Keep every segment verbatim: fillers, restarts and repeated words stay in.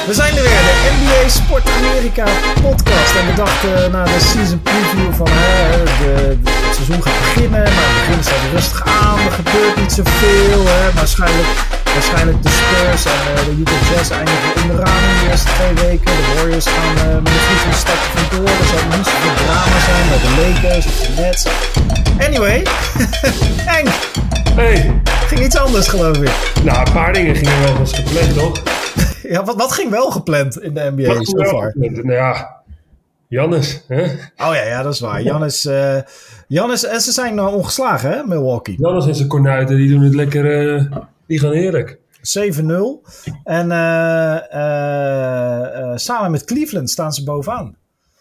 We zijn er weer, de N B A Sport Amerika podcast. En we dachten na de season preview van hè, de, de, het seizoen gaat beginnen. Maar het begin staat rustig aan, er gebeurt niet zoveel. Hè. Waarschijnlijk, waarschijnlijk de Spurs en uh, de Utah Jazz eindigen onderaan in de eerste twee weken. De Warriors gaan uh, met de vliegende starten vandoor. Er zal niet zoveel drama zijn bij de Lakers of de Nets. Anyway, Henk. Hey. Ging iets anders geloof ik. Nou, een paar dingen gingen wel als gepland, toch? Ja, wat, wat ging wel gepland in de N B A so far? Nou ja, Giannis, hè? Oh ja, ja, dat is waar. Giannis, uh, Giannis en ze zijn uh, ongeslagen, hè, Milwaukee. Giannis en zijn kornuiten, die doen het lekker, uh, die gaan heerlijk. zeven nul. En uh, uh, uh, samen met Cleveland staan ze bovenaan.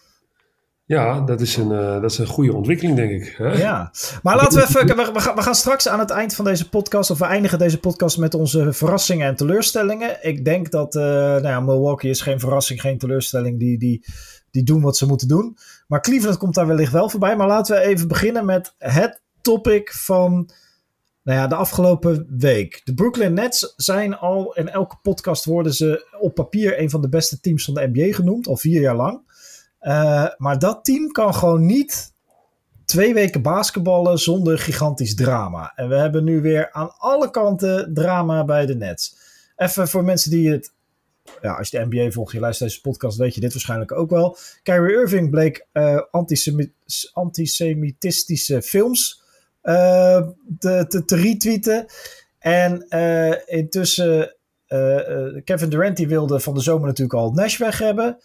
Ja, dat is een, uh, dat is een goede ontwikkeling, denk ik. Hè? Ja, maar laten we even... We, we, gaan, we gaan straks aan het eind van deze podcast... of we eindigen deze podcast met onze verrassingen en teleurstellingen. Ik denk dat... Uh, nou ja, Milwaukee is geen verrassing, geen teleurstelling. Die, die, die doen wat ze moeten doen. Maar Cleveland komt daar wellicht wel voorbij. Maar laten we even beginnen met het topic van... Nou ja, de afgelopen week. De Brooklyn Nets zijn al... In elke podcast worden ze op papier... een van de beste teams van de N B A genoemd. Al vier jaar lang. Uh, maar dat team kan gewoon niet twee weken basketballen zonder gigantisch drama. En we hebben nu weer aan alle kanten drama bij de Nets. Even voor mensen die het... Ja, als je de N B A volgt, je luistert deze podcast, weet je dit waarschijnlijk ook wel. Kyrie Irving bleek uh, antisemi- antisemitistische films uh, te, te, te retweeten. En uh, intussen... Uh, uh, Kevin Durant die wilde van de zomer natuurlijk al Nash weg hebben.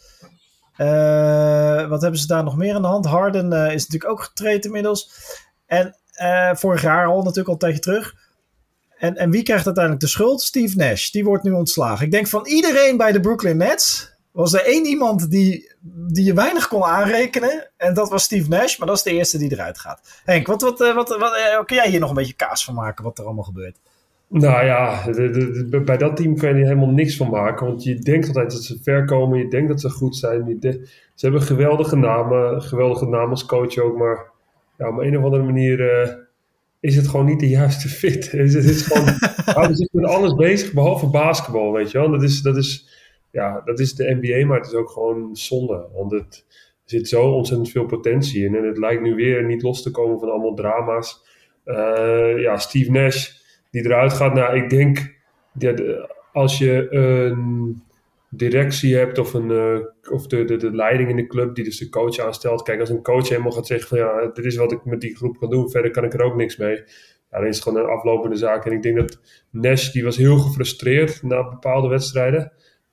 Uh, wat hebben ze daar nog meer aan de hand? Harden uh, is natuurlijk ook getraind inmiddels. En uh, vorig jaar al natuurlijk al een tijdje terug. En, en wie krijgt uiteindelijk de schuld? Steve Nash. Die wordt nu ontslagen. Ik denk van iedereen bij de Brooklyn Nets... was er één iemand die, die je weinig kon aanrekenen. En dat was Steve Nash. Maar dat is de eerste die eruit gaat. Henk, wat, wat, wat, wat, wat, uh, kun jij hier nog een beetje kaas van maken? Wat er allemaal gebeurt? Nou ja, de, de, de, bij dat team kan je er helemaal niks van maken. Want je denkt altijd dat ze ver komen. Je denkt dat ze goed zijn. Je de, ze hebben geweldige namen. Geweldige namen als coach ook. Maar ja, op een of andere manier uh, is het gewoon niet de juiste fit. Het is gewoon, houden zich met alles bezig behalve basketbal, weet je wel. Dat is, dat is, ja, dat is de N B A, maar het is ook gewoon zonde. Want het, er zit zo ontzettend veel potentie in. En het lijkt nu weer niet los te komen van allemaal drama's. Uh, ja, Steve Nash... die eruit gaat. Nou, ik denk dat als je een directie hebt of, een, uh, of de, de, de leiding in de club die dus de coach aanstelt. Kijk, als een coach helemaal gaat zeggen van ja, dit is wat ik met die groep kan doen. Verder kan ik er ook niks mee. Ja, dan is het gewoon een aflopende zaak. En ik denk dat Nash, die was heel gefrustreerd na bepaalde wedstrijden.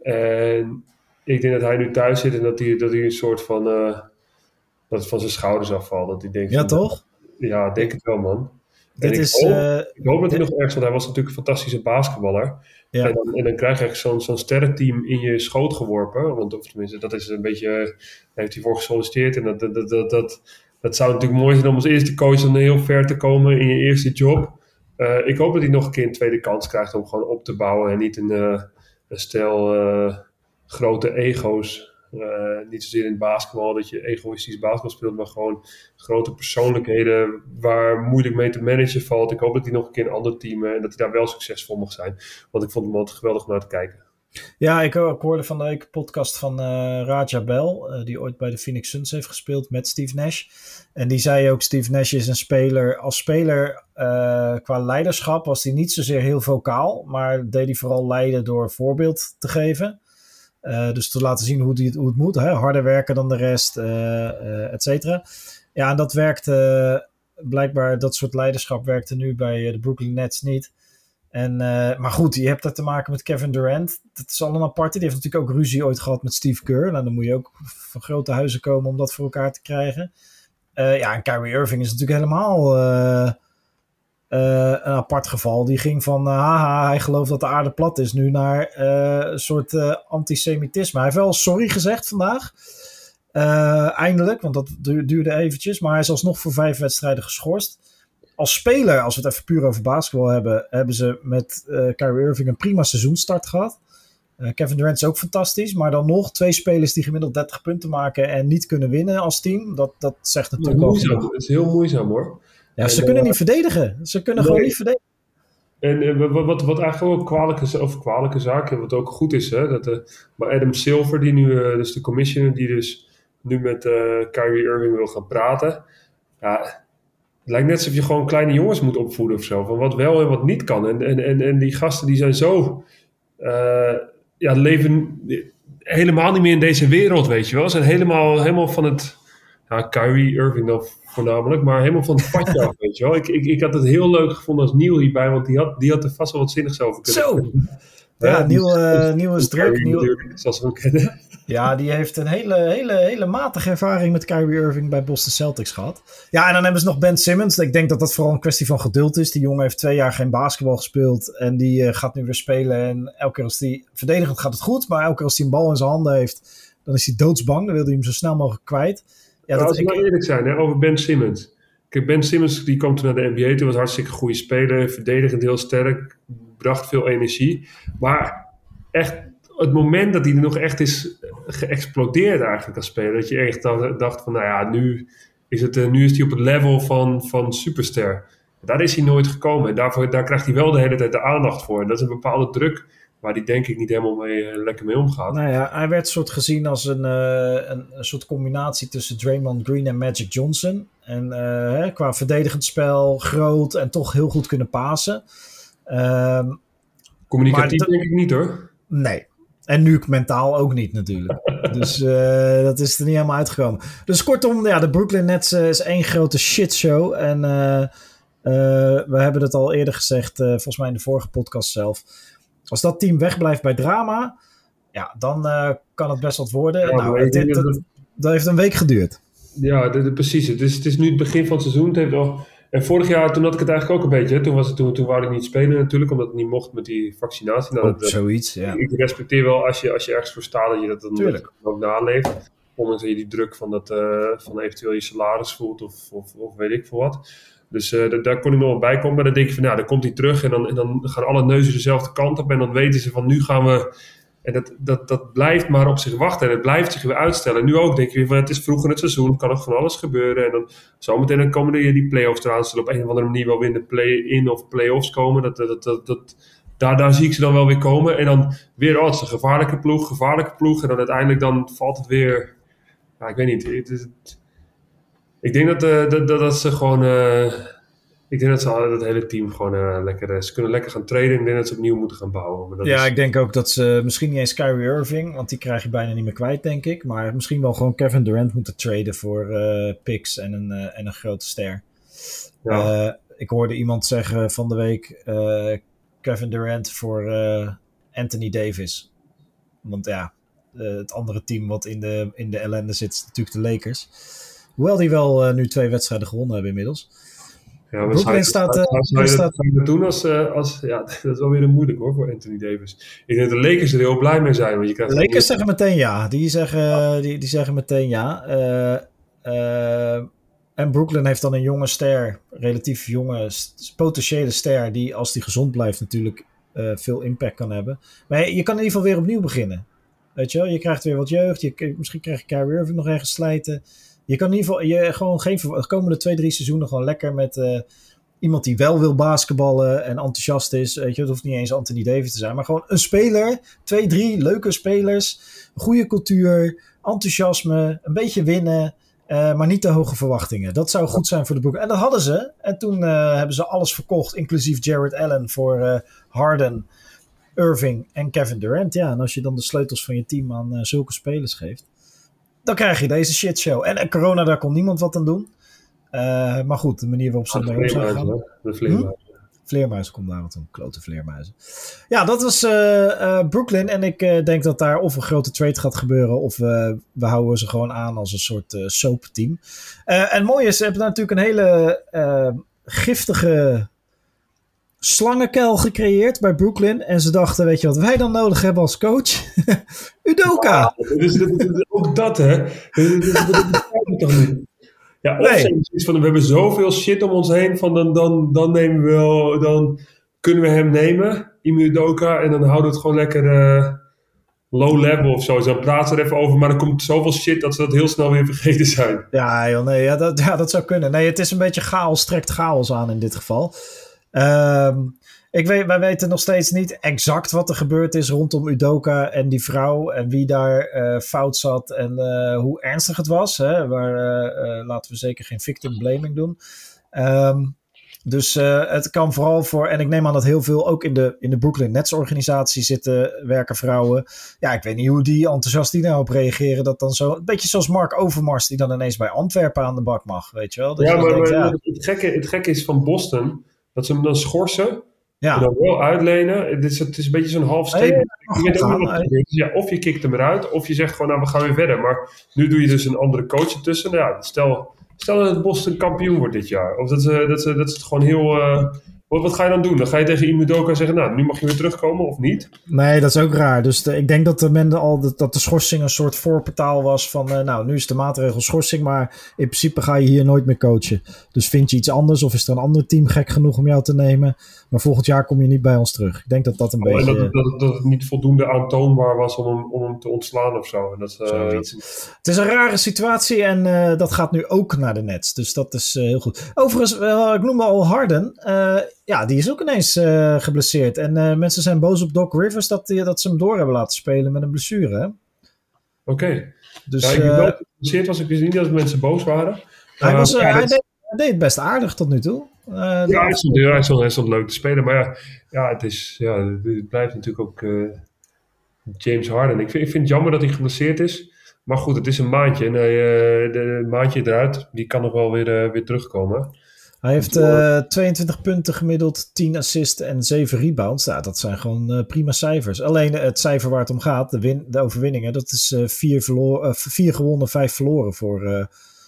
En ik denk dat hij nu thuis zit en dat hij, dat hij een soort van, uh, dat het van zijn schouders afvalt. Dat hij denkt ja, van, toch? Ja, ik denk het wel, man. Dit ik, is, hoop, uh, ik hoop dat hij nog ergens, want hij was natuurlijk een fantastische basketballer. Ja. En, dan, en dan krijg je echt zo'n, zo'n sterrenteam in je schoot geworpen. Want of tenminste, dat is een beetje, daar heeft hij voor gesolliciteerd. En dat, dat, dat, dat, dat, dat zou natuurlijk mooi zijn om als eerste coach dan heel ver te komen in je eerste job. Uh, ik hoop dat hij nog een keer een tweede kans krijgt om gewoon op te bouwen. En niet een, uh, een stel uh, grote ego's. Uh, niet zozeer in het basketbal dat je egoïstisch basketbal speelt, maar gewoon grote persoonlijkheden waar moeilijk mee te managen valt. Ik hoop dat hij nog een keer een ander team en dat hij daar wel succesvol mag zijn. Want ik vond hem altijd geweldig om naar te kijken. Ja, ik, ik hoorde van de week een podcast van uh, Raja Bell, uh, die ooit bij de Phoenix Suns heeft gespeeld met Steve Nash. En die zei ook, Steve Nash is een speler, als speler uh, qua leiderschap was hij niet zozeer heel vocaal, maar deed hij vooral leiden door voorbeeld te geven. Uh, dus te laten zien hoe, die, hoe het moet. Hè? Harder werken dan de rest, uh, uh, et cetera. Ja, en dat werkte uh, blijkbaar, dat soort leiderschap werkte nu bij uh, de Brooklyn Nets niet. En, uh, maar goed, je hebt dat te maken met Kevin Durant. Dat is al een aparte. Die heeft natuurlijk ook ruzie ooit gehad met Steve Kerr. Nou, dan moet je ook van grote huizen komen om dat voor elkaar te krijgen. Uh, ja, en Kyrie Irving is natuurlijk helemaal... Uh, Uh, een apart geval. Die ging van uh, haha, hij gelooft dat de aarde plat is, nu naar uh, een soort uh, antisemitisme. Hij heeft wel sorry gezegd vandaag. Uh, eindelijk, want dat du- duurde eventjes. Maar hij is alsnog voor vijf wedstrijden geschorst. Als speler, als we het even puur over basketbal hebben, hebben ze met uh, Kyrie Irving een prima seizoenstart gehad. Uh, Kevin Durant is ook fantastisch, maar dan nog twee spelers die gemiddeld dertig punten maken en niet kunnen winnen als team. Dat, dat zegt natuurlijk al. Het is heel moeizaam hoor. Ja, ze en, kunnen uh, niet verdedigen. Ze kunnen nee, gewoon niet verdedigen. En uh, wat, wat, wat eigenlijk ook kwalijke, of kwalijke zaak, wat ook goed is, hè, dat, uh, maar Adam Silver, die nu, uh, dus de commissioner, die dus nu met uh, Kyrie Irving wil gaan praten. Ja, het lijkt net alsof je gewoon kleine jongens moet opvoeden of zo, van wat wel en wat niet kan. En, en, en, en die gasten die zijn zo, uh, ja, leven helemaal niet meer in deze wereld, weet je wel. Ze zijn helemaal, helemaal van het, ja, Kyrie Irving dan voornamelijk, maar helemaal van het padje af, weet je wel. Ik, ik, ik had het heel leuk gevonden als Neil hierbij, want die had, die had er vast wel wat zinnigs over kunnen. Zo! Ja, ja, Neil, uh, Neil is druk. Neil, zoals we hem kennen. Ja, die heeft een hele, hele, hele matige ervaring met Kyrie Irving bij Boston Celtics gehad. Ja, en dan hebben ze nog Ben Simmons. Ik denk dat dat vooral een kwestie van geduld is. Die jongen heeft twee jaar geen basketbal gespeeld. En die uh, gaat nu weer spelen. En elke keer als hij verdedigend gaat het goed. Maar elke keer als hij een bal in zijn handen heeft, dan is hij doodsbang. Dan wil hij hem zo snel mogelijk kwijt. Ja, nou, dat als we ik... nou eerlijk zijn, hè, over Ben Simmons. Kijk, Ben Simmons die kwam toen naar de N B A toe. Was hartstikke goede speler. Verdedigend heel sterk. Bracht veel energie. Maar echt, het moment dat hij er nog echt is geëxplodeerd eigenlijk als speler. Dat je echt dacht van, nou ja, nu is, het, nu is hij op het level van, van superster. Daar is hij nooit gekomen. En daarvoor, daar krijgt hij wel de hele tijd de aandacht voor. En dat is een bepaalde druk waar hij denk ik niet helemaal mee, uh, lekker mee omgaat. Nou ja, hij werd soort gezien als een, uh, een, een soort combinatie tussen Draymond Green en Magic Johnson. En uh, hè, qua verdedigend spel, groot en toch heel goed kunnen pasen. Uh, Communicatief d- denk ik niet hoor. Nee. En nu mentaal ook niet natuurlijk. Dus uh, dat is er niet helemaal uitgekomen. Dus kortom, ja, de Brooklyn Nets uh, is één grote shitshow. En uh, uh, we hebben het al eerder gezegd, uh, volgens mij in de vorige podcast zelf. Als dat team wegblijft bij drama, ja, dan uh, kan het best wat worden. Ja, nou, het, het, dat, dat heeft een week geduurd. Ja, de, de, precies. Het is, het is nu het begin van het seizoen. Het heeft al... En vorig jaar, toen had ik het eigenlijk ook een beetje. Hè. Toen, was het, toen, toen wou ik niet spelen natuurlijk, omdat het niet mocht met die vaccinatie. Nou, ook dat, zoiets, ja. Ik, ik respecteer wel als je, als je ergens voor staat dat je dat dan Tuurlijk. ook naleeft. Ondanks dat je die druk van, dat, uh, van eventueel je salaris voelt of, of, of weet ik veel wat. Dus uh, d- daar kon ik nog wel bij komen. Maar dan denk je van, nou, dan komt hij terug en dan, en dan gaan alle neuzen dezelfde kant op. En dan weten ze van, nu gaan we... En dat, dat, dat blijft maar op zich wachten en het blijft zich weer uitstellen. Nu ook denk je van, het is vroeg in het seizoen, kan nog van alles gebeuren. En dan zometeen dan komen er die play-offs eraan. Zullen op een of andere manier wel weer in de play-in of play-offs komen. Dat, dat, dat, dat, daar, daar zie ik ze dan wel weer komen. En dan weer, oh, het is een gevaarlijke ploeg, gevaarlijke ploeg. En dan uiteindelijk dan valt het weer... Ja, ik weet niet. Het, het, ik denk dat, uh, dat, dat, dat ze gewoon... Uh, Ik denk dat ze dat hele team gewoon uh, lekker... Ze kunnen lekker gaan traden. Ik denk dat ze opnieuw moeten gaan bouwen. Maar dat ja, is... ik denk ook dat ze misschien niet eens Kyrie Irving, want die krijg je bijna niet meer kwijt, denk ik. Maar misschien wel gewoon Kevin Durant moeten traden voor uh, picks en een, uh, en een grote ster. Ja. Uh, ik hoorde iemand zeggen van de week uh, Kevin Durant voor uh, Anthony Davis. Want ja, uh, het andere team wat in de, in de ellende zit is natuurlijk de Lakers. Hoewel die wel uh, nu twee wedstrijden gewonnen hebben inmiddels. Ja, maar zou je, staat, zou, zou, zou je dat, zou je dat doen als, uh, als... Ja, dat is wel weer moeilijk hoor, voor Anthony Davis. Ik denk dat de Lakers er heel blij mee zijn. Want je krijgt de Lakers zeggen meteen ja. Die zeggen, ja. Die, die zeggen meteen ja. Uh, uh, en Brooklyn heeft dan een jonge ster. Relatief jonge, potentiële ster. Die als die gezond blijft natuurlijk uh, veel impact kan hebben. Maar je, je kan in ieder geval weer opnieuw beginnen. Weet je wel? Je krijgt weer wat jeugd. Je, misschien krijg je Kyrie Irving nog ergens slijten. Je kan in ieder geval je gewoon geen de komende twee, drie seizoenen gewoon lekker met uh, iemand die wel wil basketballen en enthousiast is. Weet je, het hoeft niet eens Anthony Davis te zijn, maar gewoon een speler, twee, drie leuke spelers, goede cultuur, enthousiasme, een beetje winnen, uh, maar niet te hoge verwachtingen. Dat zou goed zijn voor de Brooklyn. En dat hadden ze. En toen uh, hebben ze alles verkocht, inclusief Jared Allen voor uh, Harden, Irving en Kevin Durant. Ja, en als je dan de sleutels van je team aan uh, zulke spelers geeft, dan krijg je deze shitshow. En, en corona, daar kon niemand wat aan doen. Uh, maar goed, de manier waarop ze ermee om zijn gegaan. De vleermuizen. Hm? Vleermuizen komt daar wat om. Klote vleermuizen. Ja, dat was uh, uh, Brooklyn. En ik uh, denk dat daar of een grote trade gaat gebeuren, of uh, we houden ze gewoon aan als een soort uh, soapteam. Uh, en mooi is, ze hebben natuurlijk een hele uh, giftige slangenkuil gecreëerd bij Brooklyn. En ze dachten, weet je wat wij dan nodig hebben als coach? Udoka. Ja, dus, dus, dus, ook dat, hè. Dat begrijp ik toch niet. Ja, of nee. Iets van, we hebben zoveel shit om ons heen, van dan, dan, dan nemen we wel, dan kunnen we hem nemen, Ime Udoka, en dan houden we het gewoon lekker uh, low level of zo. Dus dan praten we er even over, maar dan komt zoveel shit dat ze dat heel snel weer vergeten zijn. Ja, joh, nee, ja, dat, ja, dat zou kunnen. Nee, het is een beetje chaos, trekt chaos aan in dit geval. Um, ik weet, wij weten nog steeds niet exact wat er gebeurd is rondom Udoka en die vrouw. En wie daar uh, fout zat en uh, hoe ernstig het was. Hè? Maar uh, uh, laten we zeker geen victim blaming doen. Um, dus uh, het kan vooral voor... En ik neem aan dat heel veel ook in de, in de Brooklyn Nets organisatie zitten werken vrouwen. Ja, ik weet niet hoe die enthousiast die nou op reageren. Dat dan zo... Een beetje zoals Mark Overmars die dan ineens bij Antwerpen aan de bak mag. Weet je wel? Dus ja, maar, denkt, maar ja. Het, gekke, het gekke is van Boston... dat ze hem dan schorsen... Ja. En dan wel uitlenen. Het is, het is een beetje zo'n half statement. Ja, ja, je weet ook niet wat er gebeurt. Dus ja, of je kikt hem eruit, of je zegt gewoon, nou, we gaan weer verder. Maar nu doe je dus een andere coach ertussen. Nou ja, stel, stel dat het Boston kampioen wordt dit jaar. Of dat ze, dat ze, dat ze het gewoon heel... Uh, wat, wat ga je dan doen? Dan ga je tegen Udoka zeggen, nou, nu mag je weer terugkomen, of niet? Nee, dat is ook raar. Dus de, ik denk dat de, men al de, dat de schorsing een soort voorportaal was van... Uh, nou, nu is de maatregel schorsing, maar in principe ga je hier nooit meer coachen. Dus vind je iets anders, of is er een ander team gek genoeg om jou te nemen... Maar volgend jaar kom je niet bij ons terug. Ik denk dat dat een oh, beetje... En dat, dat, dat het niet voldoende aantoonbaar was om hem, om hem te ontslaan of zo. En dat, uh, het is een rare situatie en uh, dat gaat nu ook naar de Nets. Dus dat is uh, heel goed. Overigens, uh, ik noemde al Harden. Uh, ja, die is ook ineens uh, geblesseerd. En uh, mensen zijn boos op Doc Rivers dat, die, dat ze hem door hebben laten spelen met een blessure. Oké. Okay. Dus, ja, ik ben wel geblesseerd was. Ik wist niet dat mensen boos waren. Hij, uh, was, uh, ja, hij, dat... deed, hij deed het best aardig tot nu toe. Uh, ja, hij stond, hij, stond, hij stond leuk te spelen. Maar ja, ja, het, is, ja het blijft natuurlijk ook uh, James Harden. Ik vind, ik vind het jammer dat hij geblesseerd is. Maar goed, het is een maandje. En hij, uh, de maandje eruit, die kan nog wel weer, uh, weer terugkomen. Hij heeft uh, tweeëntwintig punten gemiddeld, tien assists en zeven rebounds. Ja, dat zijn gewoon uh, prima cijfers. Alleen uh, het cijfer waar het om gaat, de, win- de overwinningen, dat is uh, vier, verlo- uh, vier gewonnen, vijf verloren voor uh,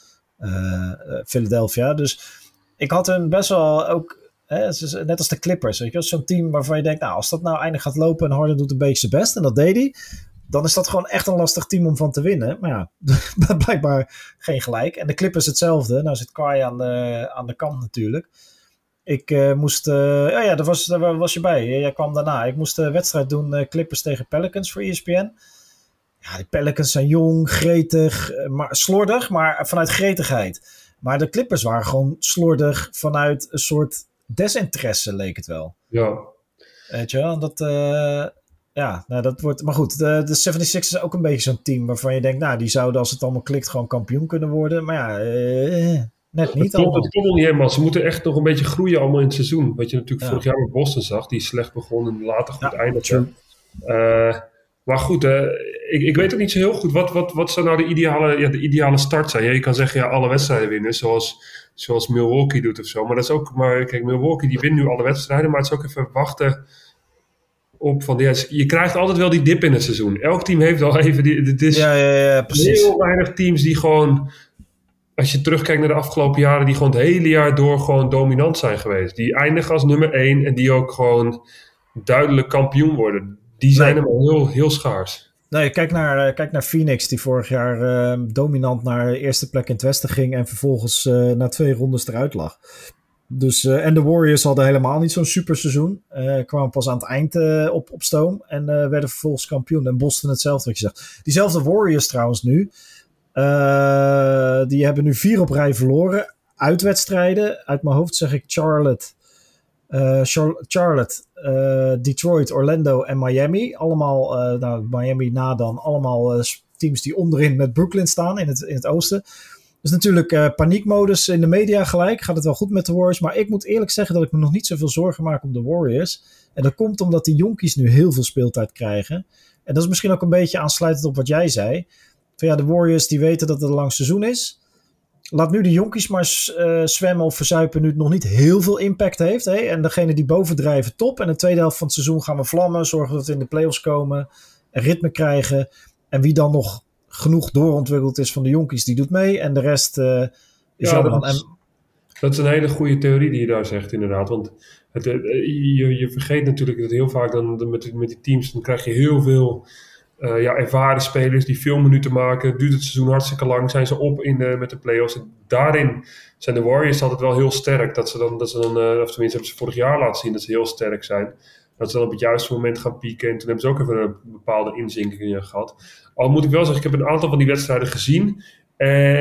uh, Philadelphia. Dus ik had hun best wel ook, hè, net als de Clippers, weet je, zo'n team waarvan je denkt, nou, als dat nou eindig gaat lopen en Harden doet een beetje zijn best, en dat deed hij, dan is dat gewoon echt een lastig team om van te winnen. Maar ja, blijkbaar geen gelijk. En de Clippers hetzelfde. Nou zit Kawhi aan de, aan de kant natuurlijk. Ik uh, moest... Uh, ja, ja, daar was, daar was je bij. Jij kwam daarna. Ik moest de wedstrijd doen uh, Clippers tegen Pelicans voor E S P N. Ja, die Pelicans zijn jong, gretig, maar slordig, maar vanuit gretigheid. Maar de Clippers waren gewoon slordig vanuit een soort desinteresse, leek het wel. Ja. Weet je wel? Dat... Uh, Ja, nou dat wordt... Maar goed, de, de zevenenzeventigers is ook een beetje zo'n team waarvan je denkt, nou, die zouden als het allemaal klikt gewoon kampioen kunnen worden. Maar ja, eh, net niet. Het klopt, het klopt nog niet helemaal. Ze moeten echt nog een beetje groeien allemaal in het seizoen. Wat je natuurlijk ja. vorig jaar met Boston zag, die slecht begon en later goed ja, eindigde. Uh, maar goed, uh, ik, ik weet ook niet zo heel goed, wat, wat, wat zou nou de ideale, ja, de ideale start zijn? Ja, je kan zeggen, ja, alle wedstrijden winnen, zoals, zoals Milwaukee doet of zo. Maar dat is ook, maar kijk, Milwaukee die wint nu alle wedstrijden, maar het is ook even wachten... op van, ja, je krijgt altijd wel die dip in het seizoen. Elk team heeft al even die... Het is ja, ja, ja, precies. Heel weinig teams die gewoon... Als je terugkijkt naar de afgelopen jaren... die gewoon het hele jaar door gewoon dominant zijn geweest. Die eindigen als nummer één... en die ook gewoon duidelijk kampioen worden. Die zijn nee. hem al heel, heel schaars. Nee, kijk naar, kijk naar Phoenix... die vorig jaar uh, dominant naar de eerste plek in het westen ging... en vervolgens uh, na twee rondes eruit lag. Dus, uh, en de Warriors hadden helemaal niet zo'n super seizoen. Uh, kwamen pas aan het eind uh, op, op stoom. En uh, werden vervolgens kampioen. En Boston hetzelfde wat je zegt. Diezelfde Warriors trouwens nu. Uh, die hebben nu vier op rij verloren. Uitwedstrijden. Uit mijn hoofd zeg ik Charlotte. Uh, Char- Charlotte. Uh, Detroit, Orlando en Miami. Allemaal, uh, nou Miami na dan. Allemaal uh, teams die onderin met Brooklyn staan. In het, in het oosten. Dus natuurlijk uh, paniekmodus in de media gelijk. Gaat het wel goed met de Warriors. Maar ik moet eerlijk zeggen dat ik me nog niet zoveel zorgen maak om de Warriors. En dat komt omdat die jonkies nu heel veel speeltijd krijgen. En dat is misschien ook een beetje aansluitend op wat jij zei. Van ja, de Warriors die weten dat het een lang seizoen is. Laat nu de jonkies maar uh, zwemmen of verzuipen nu het nog niet heel veel impact heeft. Hè? En degene die bovendrijven top. En de tweede helft van het seizoen gaan we vlammen. Zorgen dat we in de playoffs komen. En ritme krijgen. En wie dan nog... genoeg doorontwikkeld is van de jonkies, die doet mee. En de rest uh, is ja, jammer dan. Dat is, dat is een hele goede theorie die je daar zegt, inderdaad. Want het, je, je vergeet natuurlijk dat heel vaak dan met, met die teams, dan krijg je heel veel uh, ja, ervaren spelers die veel minuten maken. Duurt het seizoen hartstikke lang, zijn ze op in de, met de playoffs. En daarin zijn de Warriors altijd wel heel sterk. Dat ze dan, dat ze dan uh, of tenminste hebben ze vorig jaar laten zien dat ze heel sterk zijn. Dat ze dan op het juiste moment gaan pieken. En toen hebben ze ook even een bepaalde inzinking gehad. Al moet ik wel zeggen, ik heb een aantal van die wedstrijden gezien. En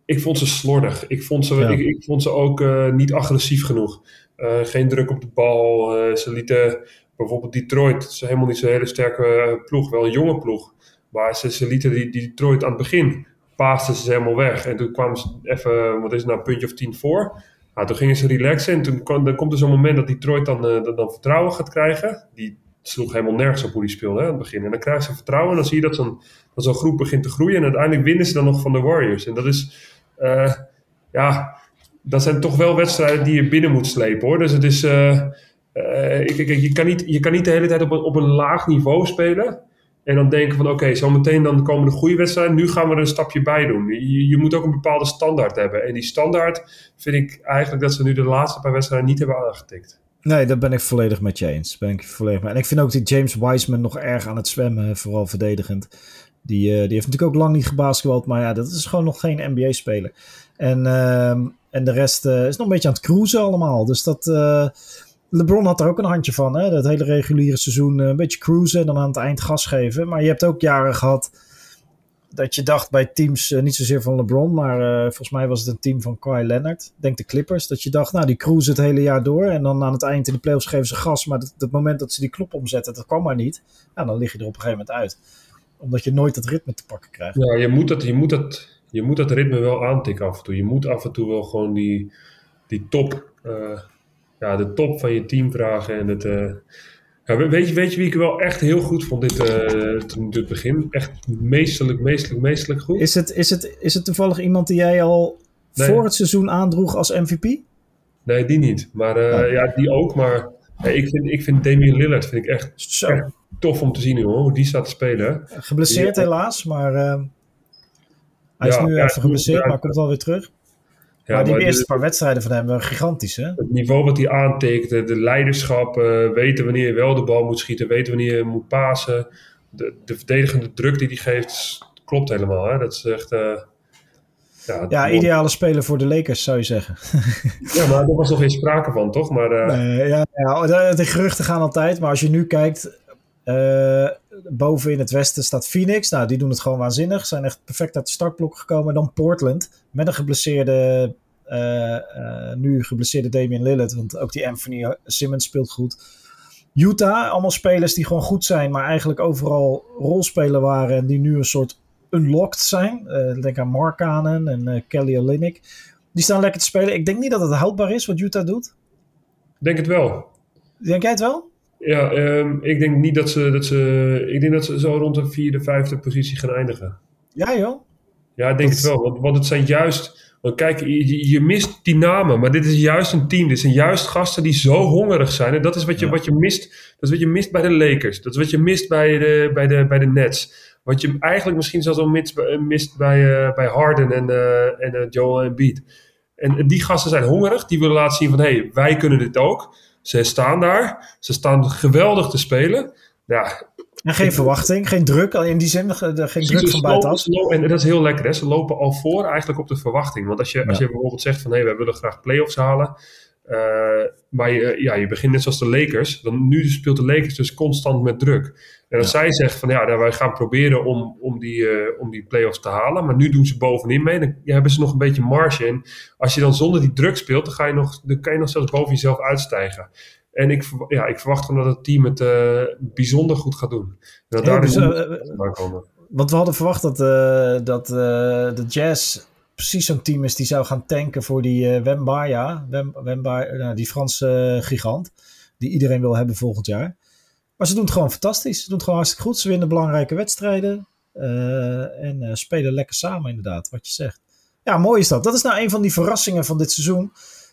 ik vond ze slordig. Ik vond ze, Ja. ik, ik vond ze ook uh, niet agressief genoeg. Uh, geen druk op de bal. Uh, ze lieten bijvoorbeeld Detroit, dat is helemaal niet zo'n hele sterke ploeg, wel een jonge ploeg. Maar ze, ze lieten die, die Detroit aan het begin, paasten ze helemaal weg. En toen kwamen ze even, wat is het nou, een puntje of tien voor. Nou, toen gingen ze relaxen en toen kon, dan komt er zo'n moment dat Detroit dan, uh, dan, dan vertrouwen gaat krijgen. Die sloeg helemaal nergens op hoe die speelde hè, aan het begin. En dan krijgen ze vertrouwen en dan zie je dat zo'n, dat zo'n groep begint te groeien. En uiteindelijk winnen ze dan nog van de Warriors. En dat is, uh, ja, dat zijn toch wel wedstrijden die je binnen moet slepen hoor. Dus het is, uh, uh, ik, ik, je, kan niet, je kan niet de hele tijd op een, op een laag niveau spelen. En dan denken van oké, okay, zometeen dan komen de goede wedstrijden. Nu gaan we er een stapje bij doen. Je, je moet ook een bepaalde standaard hebben. En die standaard vind ik eigenlijk dat ze nu de laatste paar wedstrijden niet hebben aangetikt. Nee, daar ben ik volledig met je eens. Ben ik volledig mee. En ik vind ook die James Wiseman nog erg aan het zwemmen, vooral verdedigend. Die, uh, die heeft natuurlijk ook lang niet gebasketbald, maar ja, dat is gewoon nog geen N B A-speler. En, uh, en de rest uh, is nog een beetje aan het cruisen allemaal. Dus dat... Uh, LeBron had er ook een handje van, hè? Dat hele reguliere seizoen uh, een beetje cruisen en dan aan het eind gas geven. Maar je hebt ook jaren gehad dat je dacht bij teams, uh, niet zozeer van LeBron, maar uh, volgens mij was het een team van Kawhi Leonard. Ik denk de Clippers, dat je dacht, nou die cruisen het hele jaar door en dan aan het eind in de playoffs geven ze gas. Maar dat, dat moment dat ze die knop omzetten, dat kwam maar niet. Ja, dan lig je er op een gegeven moment uit. Omdat je nooit dat ritme te pakken krijgt. Ja, je moet dat, je moet dat, je moet dat ritme wel aantikken af en toe. Je moet af en toe wel gewoon die, die top... Uh... Ja, de top van je team vragen. En het, uh, ja, weet, je, weet je wie ik wel echt heel goed vond dit, uh, toen dit begin? Echt meestelijk, meestelijk, meestelijk goed. Is het, is het, is het toevallig iemand die jij al nee. voor het seizoen aandroeg als M V P? Nee, die niet. Maar uh, oh. ja, die ook. Maar ja, ik, vind, ik vind Damian Lillard vind ik echt, echt tof om te zien hoor, hoe die staat te spelen. Geblesseerd die, helaas, maar uh, hij ja, is nu ja, even geblesseerd, ja, maar komt wel weer terug. Ja, maar die maar eerste de, paar wedstrijden van hem waren gigantisch, hè? Het niveau wat hij aantekent, de leiderschap, uh, weten wanneer je wel de bal moet schieten, weten wanneer je moet pasen. De, de verdedigende druk die hij geeft, klopt helemaal, hè? Dat is echt... Uh, ja, ja ideale speler voor de Lakers, zou je zeggen. Ja, maar daar was nog geen sprake van, toch? Maar, uh, nee, ja, ja, de, de geruchten gaan altijd, maar als je nu kijkt... Uh, boven in het westen staat Phoenix. Nou, die doen het gewoon waanzinnig. Zijn echt perfect uit de startblok gekomen. Dan Portland. Met een geblesseerde... Uh, uh, nu geblesseerde Damian Lillard. Want ook die Anthony Simmons speelt goed. Utah. Allemaal spelers die gewoon goed zijn. Maar eigenlijk overal rolspeler waren. En die nu een soort unlocked zijn. Uh, denk aan Markkanen en uh, Kelly Olynyk. Die staan lekker te spelen. Ik denk niet dat het houdbaar is wat Utah doet. Denk het wel. Denk jij het wel? Ja, um, ik denk niet dat ze, dat ze... Ik denk dat ze zo rond de vierde, vijfde positie gaan eindigen. Ja, joh? Ja, ik denk dat het wel. Want, want het zijn juist... Want kijk, je, je mist die namen. Maar dit is juist een team. Dit zijn juist gasten die zo hongerig zijn. En dat is wat je, ja. wat je mist. Dat is wat je mist bij de Lakers. Dat is wat je mist bij de, bij de, bij de Nets. Wat je eigenlijk misschien zelfs al mist, mist bij, uh, bij Harden en, uh, en uh, Joel Embiid. En, en die gasten zijn hongerig. Die willen laten zien van... Hé, hey, wij kunnen dit ook. Ze staan daar. Ze staan geweldig te spelen. Ja, en geen ik, verwachting, geen druk. In die zin, geen druk van buitenaf. En dat is heel lekker. Hè? Ze lopen al voor eigenlijk op de verwachting. Want als je, ja. als je bijvoorbeeld zegt van... hé, hey, wij willen graag play-offs halen. Uh, maar je, ja, je begint net zoals de Lakers. Dan, nu speelt de Lakers dus constant met druk. En als ja. zij zegt van... ja, nou, wij gaan proberen om, om, die, uh, om die play-offs te halen. Maar nu doen ze bovenin mee. Dan ja, hebben ze nog een beetje marge in. Als je dan zonder die druk speelt... dan, ga je nog, dan kan je nog zelfs boven jezelf uitstijgen. En ik, ja, ik verwacht gewoon dat het team het uh, bijzonder goed gaat doen. En dat ja, daar dus, dus uh, komen. Want we hadden verwacht dat, uh, dat uh, de Jazz precies zo'n team is die zou gaan tanken voor die uh, Wembanyama, Wem, Wembanyama, uh, die Franse uh, gigant, die iedereen wil hebben volgend jaar. Maar ze doen het gewoon fantastisch. Ze doen het gewoon hartstikke goed. Ze winnen belangrijke wedstrijden uh, en uh, spelen lekker samen inderdaad, wat je zegt. Ja, mooi is dat. Dat is nou een van die verrassingen van dit seizoen.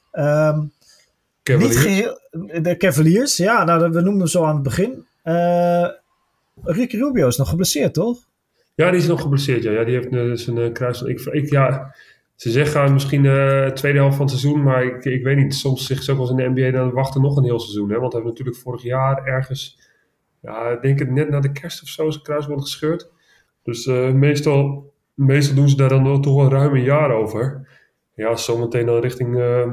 Um, Niet geheel, de Cavaliers, ja, nou, we noemden hem zo aan het begin. Uh, Ricky Rubio is nog geblesseerd, toch? Ja, die is nog geblesseerd, ja. ja die heeft uh, zijn uh, kruis... Ik, ik, ja, ze zeggen misschien de uh, tweede helft van het seizoen, maar ik, ik weet niet. Soms zegt ze ook wel eens in de N B A, dan wachten nog een heel seizoen. Hè? Want hij heeft natuurlijk vorig jaar ergens, ja, ik denk het net na de kerst of zo, zijn kruisband gescheurd. Dus uh, meestal, meestal doen ze daar dan toch wel ruim een jaar over. Ja, zometeen dan richting... Uh,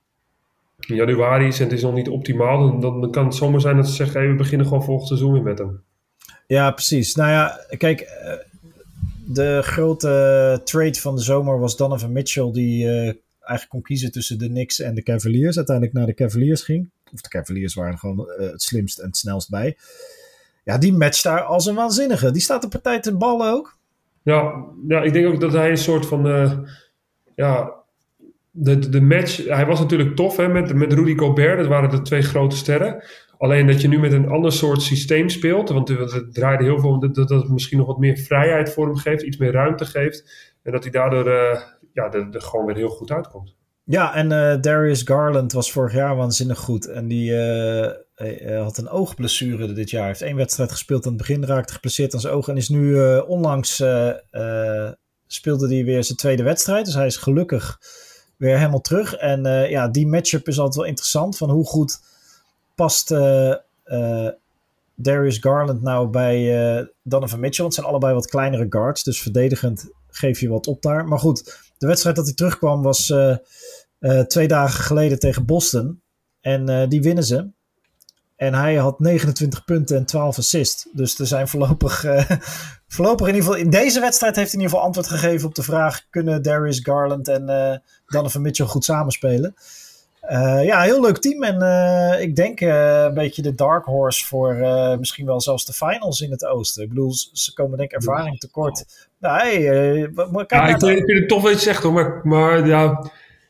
in januari is en het is nog niet optimaal, dan, dan kan het zomaar zijn dat ze zeggen, hey, we beginnen gewoon volgend seizoen weer met hem. Ja, precies. Nou ja, kijk, de grote trade van de zomer was Donovan Mitchell, die uh, eigenlijk kon kiezen tussen de Knicks en de Cavaliers. Uiteindelijk naar de Cavaliers ging. Of de Cavaliers waren gewoon uh, het slimst en het snelst bij. Ja, die matcht daar als een waanzinnige. Die staat de partij te ballen ook. Ja, ja, ik denk ook dat hij een soort van... Uh, ja, de, de match... Hij was natuurlijk tof hè, met, met Rudy Gobert. Dat waren de twee grote sterren. Alleen dat je nu met een ander soort systeem speelt. Want het draaide heel veel om dat, dat het misschien nog wat meer vrijheid voor hem geeft. Iets meer ruimte geeft. En dat hij daardoor uh, ja, er, er gewoon weer heel goed uitkomt. Ja, en uh, Darius Garland was vorig jaar waanzinnig goed. En die uh, uh, had een oogblessure dit jaar. Hij heeft één wedstrijd gespeeld aan het begin. Raakte geblesseerd aan zijn oog. En is nu uh, onlangs uh, uh, speelde hij weer zijn tweede wedstrijd. Dus hij is gelukkig weer helemaal terug. En uh, ja, die matchup is altijd wel interessant. Van hoe goed past uh, uh, Darius Garland nou bij uh, Donovan Mitchell. Want het zijn allebei wat kleinere guards. Dus verdedigend geef je wat op daar. Maar goed, de wedstrijd dat hij terugkwam was uh, uh, twee dagen geleden tegen Boston. En uh, die winnen ze. En hij had negenentwintig punten en twaalf assists. Dus er zijn voorlopig... Uh, voorlopig in ieder geval... In deze wedstrijd heeft hij in ieder geval antwoord gegeven op de vraag... Kunnen Darius Garland en uh, Donovan Mitchell goed samenspelen? Uh, ja, heel leuk team. En uh, ik denk uh, een beetje de dark horse voor uh, misschien wel zelfs de finals in het oosten. Ik bedoel, ze komen denk ik ervaring tekort. Nou, hey, uh, kijk ja, ik, ik vind het tof wat je zegt hoor, maar, maar ja...